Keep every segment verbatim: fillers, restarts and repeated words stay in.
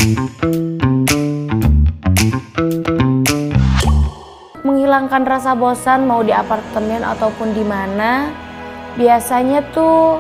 Menghilangkan rasa bosan mau di apartemen ataupun di mana, biasanya tuh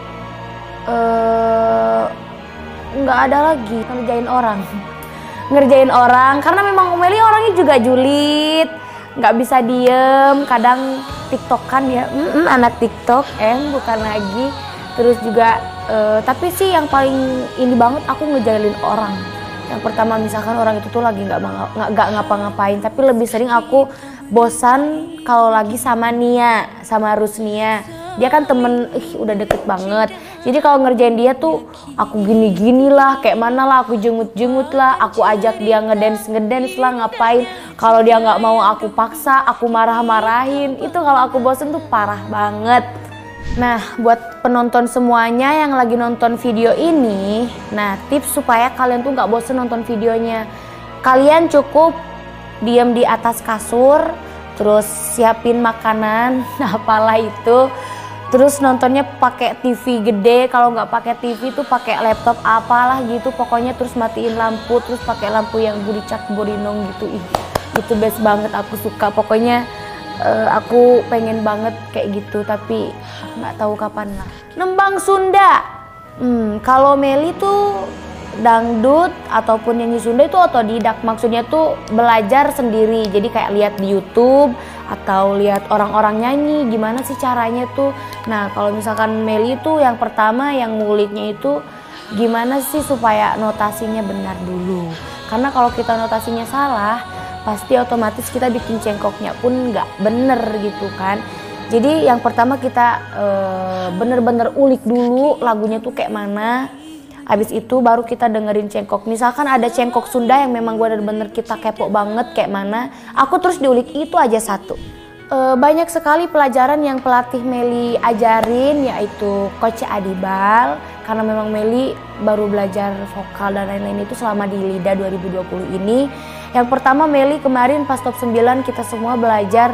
nggak uh, ada lagi ngerjain orang. Ngerjain orang, karena memang Meli orangnya juga julid, nggak bisa diem, kadang tiktokan ya, mm -mm, anak tiktok, eh bukan lagi. Terus juga, uh, tapi sih yang paling ini banget aku ngejalin orang. Yang pertama misalkan orang itu tuh lagi nggak nggak ngapa-ngapain, tapi lebih sering aku bosan kalau lagi sama Nia, sama Rusnia. Dia kan temen, ih udah deket banget. Jadi kalau ngerjain dia tuh aku gini-gini lah, kayak mana lah, aku jengut-jengut lah, aku ajak dia ngedance ngedance lah, ngapain. Kalau dia nggak mau aku paksa, aku marah-marahin. Itu kalau aku bosen tuh parah banget. Nah, buat penonton semuanya yang lagi nonton video ini, nah tips supaya kalian tuh nggak bosen nonton videonya. Kalian cukup diem di atas kasur, terus siapin makanan, apalah itu. Terus nontonnya pakai T V gede, kalau nggak pakai T V tuh pakai laptop apalah gitu. Pokoknya terus matiin lampu, terus pakai lampu yang buricak borinong gitu. Ih, itu best banget, aku suka. Pokoknya uh, aku pengen banget kayak gitu, tapi nggak tahu kapan lah. Nembang Sunda, hmm, kalau Meli tuh dangdut ataupun nyanyi Sunda itu otodidak, maksudnya tuh belajar sendiri. Jadi kayak lihat di YouTube atau lihat orang-orang nyanyi gimana sih caranya tuh. Nah kalau misalkan Meli tuh yang pertama yang nguliknya itu gimana sih supaya notasinya benar dulu, karena kalau kita notasinya salah pasti otomatis kita bikin cengkoknya pun nggak bener gitu kan. Jadi yang pertama kita bener-bener ulik dulu lagunya tuh kayak mana. Habis itu baru kita dengerin cengkok. Misalkan ada cengkok Sunda yang memang bener-bener kita kepo banget kayak mana, aku terus diulik itu aja satu. E, banyak sekali pelajaran yang pelatih Meli ajarin, yaitu Coach Adibal. Karena memang Meli baru belajar vokal dan lain-lain itu selama di LIDA dua ribu dua puluh ini. Yang pertama Meli kemarin pas top sembilan kita semua belajar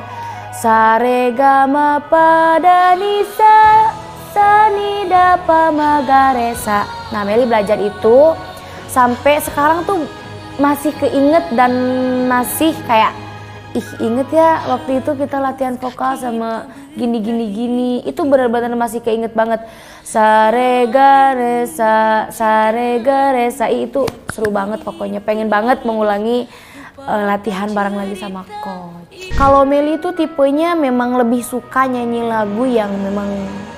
Sa Re Ga Ma Pa Da Ni Sa Sa Ni Da Pa Ma Ga Re Sa. Nah Meli belajar itu sampai sekarang tuh masih keinget dan masih kayak ih inget ya waktu itu kita latihan vokal sama gini gini gini, itu benar-benar masih keinget banget. Sa Re Ga Re Sa Sa Re Ga Re Sa, itu seru banget, pokoknya pengen banget mengulangi uh, latihan bareng lagi sama coach. Kalau Meli itu tipenya memang lebih suka nyanyi lagu yang memang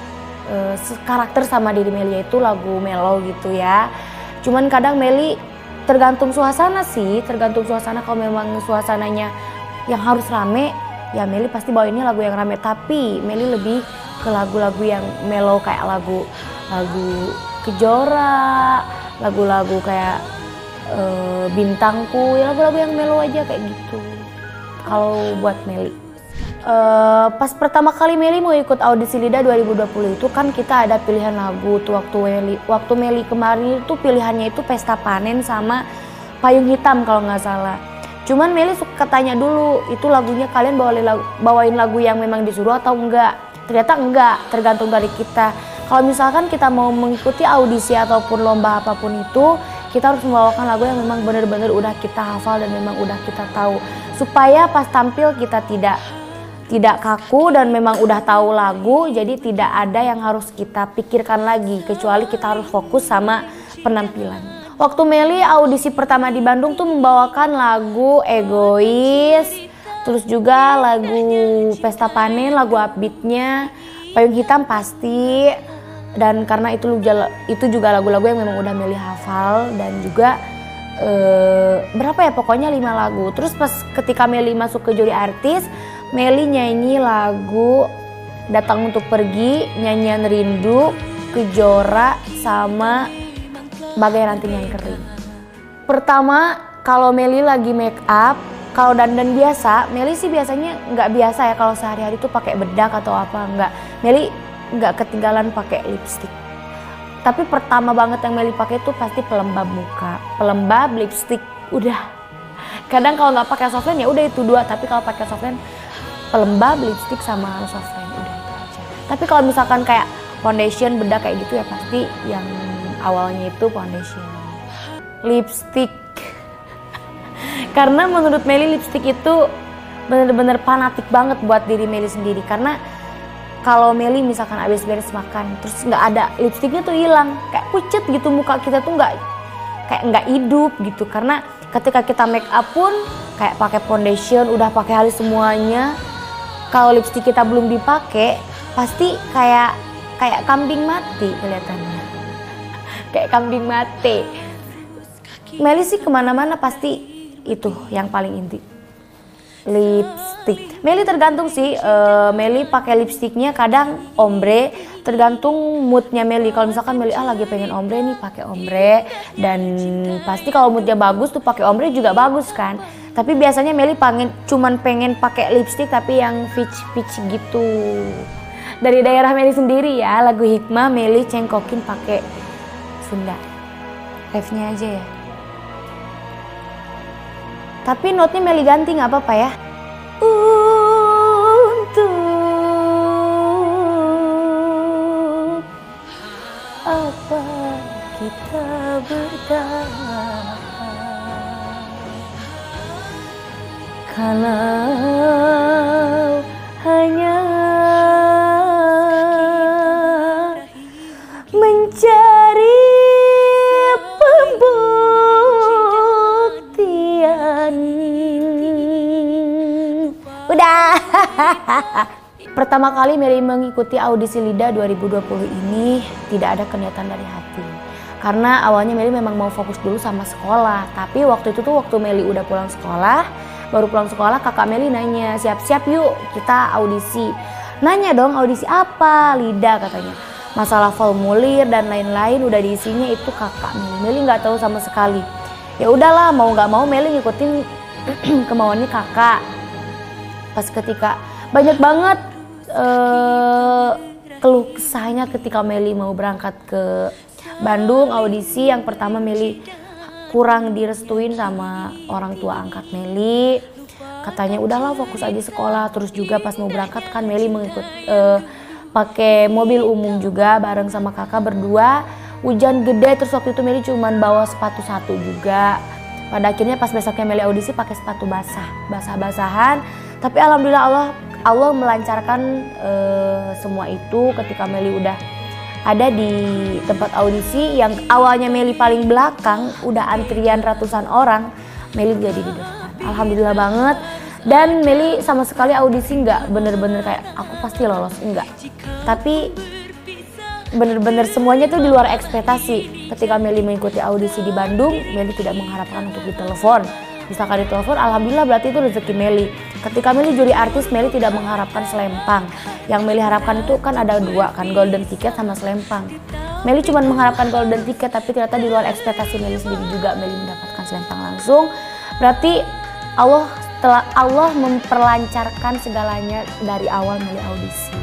Uh, karakter sama diri Meli, itu lagu mellow gitu ya. Cuman kadang Meli tergantung suasana sih, tergantung suasana. Kalau memang suasananya yang harus rame, ya Meli pasti bawainnya lagu yang rame. Tapi Meli lebih ke lagu-lagu yang mellow, kayak lagu lagu Kejora, lagu-lagu kayak uh, Bintangku, ya lagu-lagu yang mellow aja kayak gitu. Kalau buat Meli. Uh, pas pertama kali Meli mau ikut audisi LIDA dua ribu dua puluh itu kan kita ada pilihan lagu tuh waktu Meli, waktu Meli kemarin itu pilihannya itu Pesta Panen sama Payung Hitam kalau nggak salah. Cuman Meli suka tanya dulu, itu lagunya kalian bawain lagu, bawain lagu yang memang disuruh atau enggak. Ternyata enggak, tergantung dari kita. Kalau misalkan kita mau mengikuti audisi ataupun lomba apapun itu, kita harus membawakan lagu yang memang benar-benar udah kita hafal dan memang udah kita tahu, supaya pas tampil kita tidak tidak kaku dan memang udah tahu lagu, jadi tidak ada yang harus kita pikirkan lagi, kecuali kita harus fokus sama penampilan. Waktu Meli audisi pertama di Bandung tuh membawakan lagu Egois, terus juga lagu Pesta Panen, lagu upbeatnya, Payung Hitam pasti, dan karena itu itu juga lagu-lagu yang memang udah Meli hafal, dan juga eh, berapa ya pokoknya lima lagu. Terus pas ketika Meli masuk ke juri artis, Meli nyanyi lagu Datang Untuk Pergi, Nyanyian Rindu, Kejora, sama Bagai Ranting Yang Kering. Pertama, kalau Meli lagi make up, kalau dandan biasa, Meli sih biasanya nggak biasa ya kalau sehari-hari tuh pakai bedak atau apa, nggak. Meli nggak ketinggalan pakai lipstick. Tapi pertama banget yang Meli pakai tuh pasti pelembab muka, pelembab, lipstick, udah. Kadang kalau nggak pakai softline ya udah itu dua, tapi kalau pakai softline pelembab, lipstick sama softline, udah itu aja. Tapi kalau misalkan kayak foundation, bedak kayak gitu ya pasti yang awalnya itu foundation. lipstick. Karena menurut Meli lipstick itu bener-bener fanatik banget buat diri Meli sendiri. Karena kalau Meli misalkan abis beres makan terus nggak ada lipstiknya tuh hilang, kayak pucet gitu muka kita tuh nggak kayak nggak hidup gitu. Karena ketika kita make up pun kayak pakai foundation udah pakai halus semuanya, kalau lipstik kita belum dipakai pasti kayak kayak kambing mati kelihatannya. Kayak kambing mati. Meli sih kemana-mana pasti itu yang paling inti, lipstick. Meli tergantung sih, uh, Meli pakai lipstiknya kadang ombre, tergantung moodnya Meli. Kalau misalkan Meli ah lagi pengen ombre nih pakai ombre, dan pasti kalau moodnya bagus tuh pakai ombre juga bagus kan. Tapi biasanya Meli pengen cuman pengen pakai lipstick tapi yang peach peach gitu. Dari daerah Meli sendiri ya, lagu Hikmah Meli cengkokin pakai Sunda. Refnya aja ya. Tapi notnya Meli ganti nggak apa-apa ya. Untuk apa kita bertahan kalau hanya mencari udah. Pertama kali Meli mengikuti audisi LIDA dua ribu dua puluh ini tidak ada keniatan dari hati. Karena awalnya Meli memang mau fokus dulu sama sekolah. Tapi waktu itu tuh waktu Meli udah pulang sekolah, baru pulang sekolah kakak Meli nanya, siap-siap yuk kita audisi. Nanya dong audisi apa? LIDA katanya. Masalah formulir dan lain-lain udah diisinya itu kakak Meli. Meli nggak tahu sama sekali. Ya udahlah mau nggak mau Meli ngikutin kemauannya kakak. Pas ketika banyak banget uh, keluh kesahnya ketika Meli mau berangkat ke Bandung audisi. Yang pertama Meli kurang direstuin sama orang tua angkat Meli. Katanya udahlah fokus aja sekolah. Terus juga pas mau berangkat kan Meli mengikut uh, pakai mobil umum juga bareng sama kakak berdua. Hujan gede terus waktu itu Meli cuman bawa sepatu satu juga. Pada akhirnya pas besoknya Meli audisi pakai sepatu basah, basah-basahan. Tapi alhamdulillah Allah Allah melancarkan uh, semua itu ketika Meli udah ada di tempat audisi yang awalnya Meli paling belakang, udah antrian ratusan orang, Meli jadi di depan. Alhamdulillah banget. Dan Meli sama sekali audisi nggak bener-bener kayak aku pasti lolos, enggak. Tapi bener-bener semuanya tuh di luar ekspektasi. Ketika Meli mengikuti audisi di Bandung, Meli tidak mengharapkan untuk ditelepon. Misalkan ditelepon, alhamdulillah berarti itu rezeki Meli. Ketika Meli juri artis, Meli tidak mengharapkan selempang. Yang Meli harapkan itu kan ada dua kan, golden ticket sama selempang. Meli cuma mengharapkan golden ticket, tapi ternyata di luar ekspektasi Meli sendiri juga Meli mendapatkan selempang langsung. Berarti Allah telah Allah memperlancarkan segalanya dari awal Meli audisi.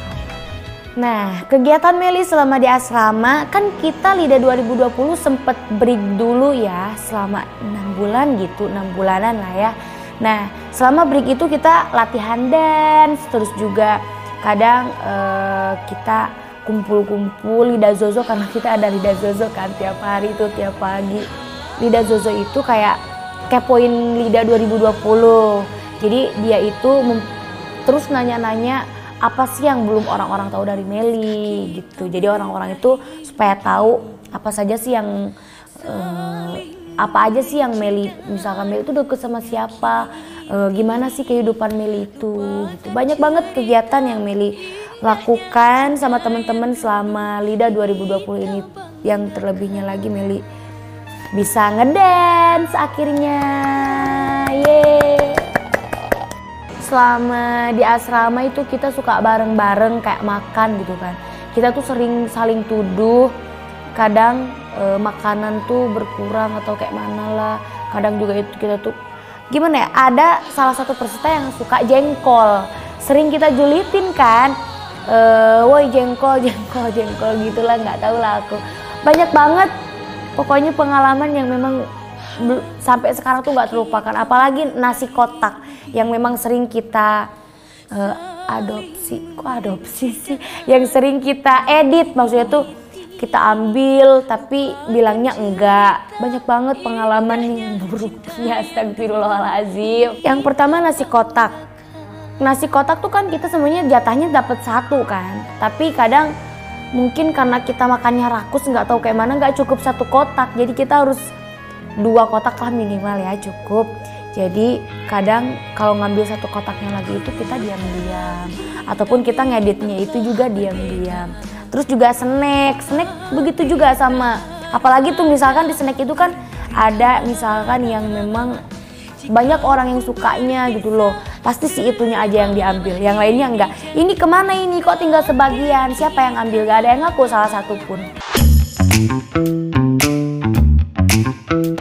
Nah, kegiatan Meli selama di asrama, kan kita LIDA dua ribu dua puluh sempet break dulu ya selama enam bulan gitu, enam bulanan lah ya. Nah, selama break itu kita latihan dance, terus juga kadang uh, kita kumpul-kumpul LIDA Zozo karena kita ada LIDA Zozo kan tiap hari itu tiap pagi. LIDA Zozo itu kayak kepoin LIDA dua ribu dua puluh. Jadi dia itu terus nanya-nanya apa sih yang belum orang-orang tahu dari Meli gitu. Jadi orang-orang itu supaya tahu apa saja sih yang uh, apa aja sih yang Meli, misalkan Meli itu deket sama siapa, uh, gimana sih kehidupan Meli itu gitu. Banyak banget kegiatan yang Meli lakukan sama teman-teman selama LIDA dua ribu dua puluh ini. Yang terlebihnya lagi Meli bisa ngedance akhirnya. Yeay. Selama di asrama itu kita suka bareng-bareng kayak makan gitu kan. Kita tuh sering saling tuduh, kadang e, makanan tuh berkurang atau kayak mana lah. Kadang juga itu kita tuh gimana ya, ada salah satu peserta yang suka jengkol. Sering kita julitin kan, e, woi jengkol, jengkol, jengkol gitulah, nggak tahu lah aku. Banyak banget pokoknya pengalaman yang memang sampai sekarang tuh nggak terlupakan. Apalagi nasi kotak yang memang sering kita uh, adopsi, kok adopsi sih? Yang sering kita edit, maksudnya tuh kita ambil tapi bilangnya enggak. Banyak banget pengalaman yang buruknya, astagfirullahaladzim. Yang pertama nasi kotak. Nasi kotak tuh kan kita semuanya jatahnya dapat satu kan, tapi kadang mungkin karena kita makannya rakus nggak tahu kayak mana nggak cukup satu kotak, jadi kita harus dua kotak lah minimal ya cukup. Jadi kadang kalau ngambil satu kotaknya lagi itu kita diam-diam, ataupun kita ngeditnya itu juga diam-diam. Terus juga snack, snack begitu juga sama. Apalagi tuh misalkan di snack itu kan ada misalkan yang memang banyak orang yang sukanya gitu loh. Pasti si itunya aja yang diambil, yang lainnya enggak. Ini kemana ini kok tinggal sebagian? Siapa yang ambil? Gak ada yang ngaku salah satu pun.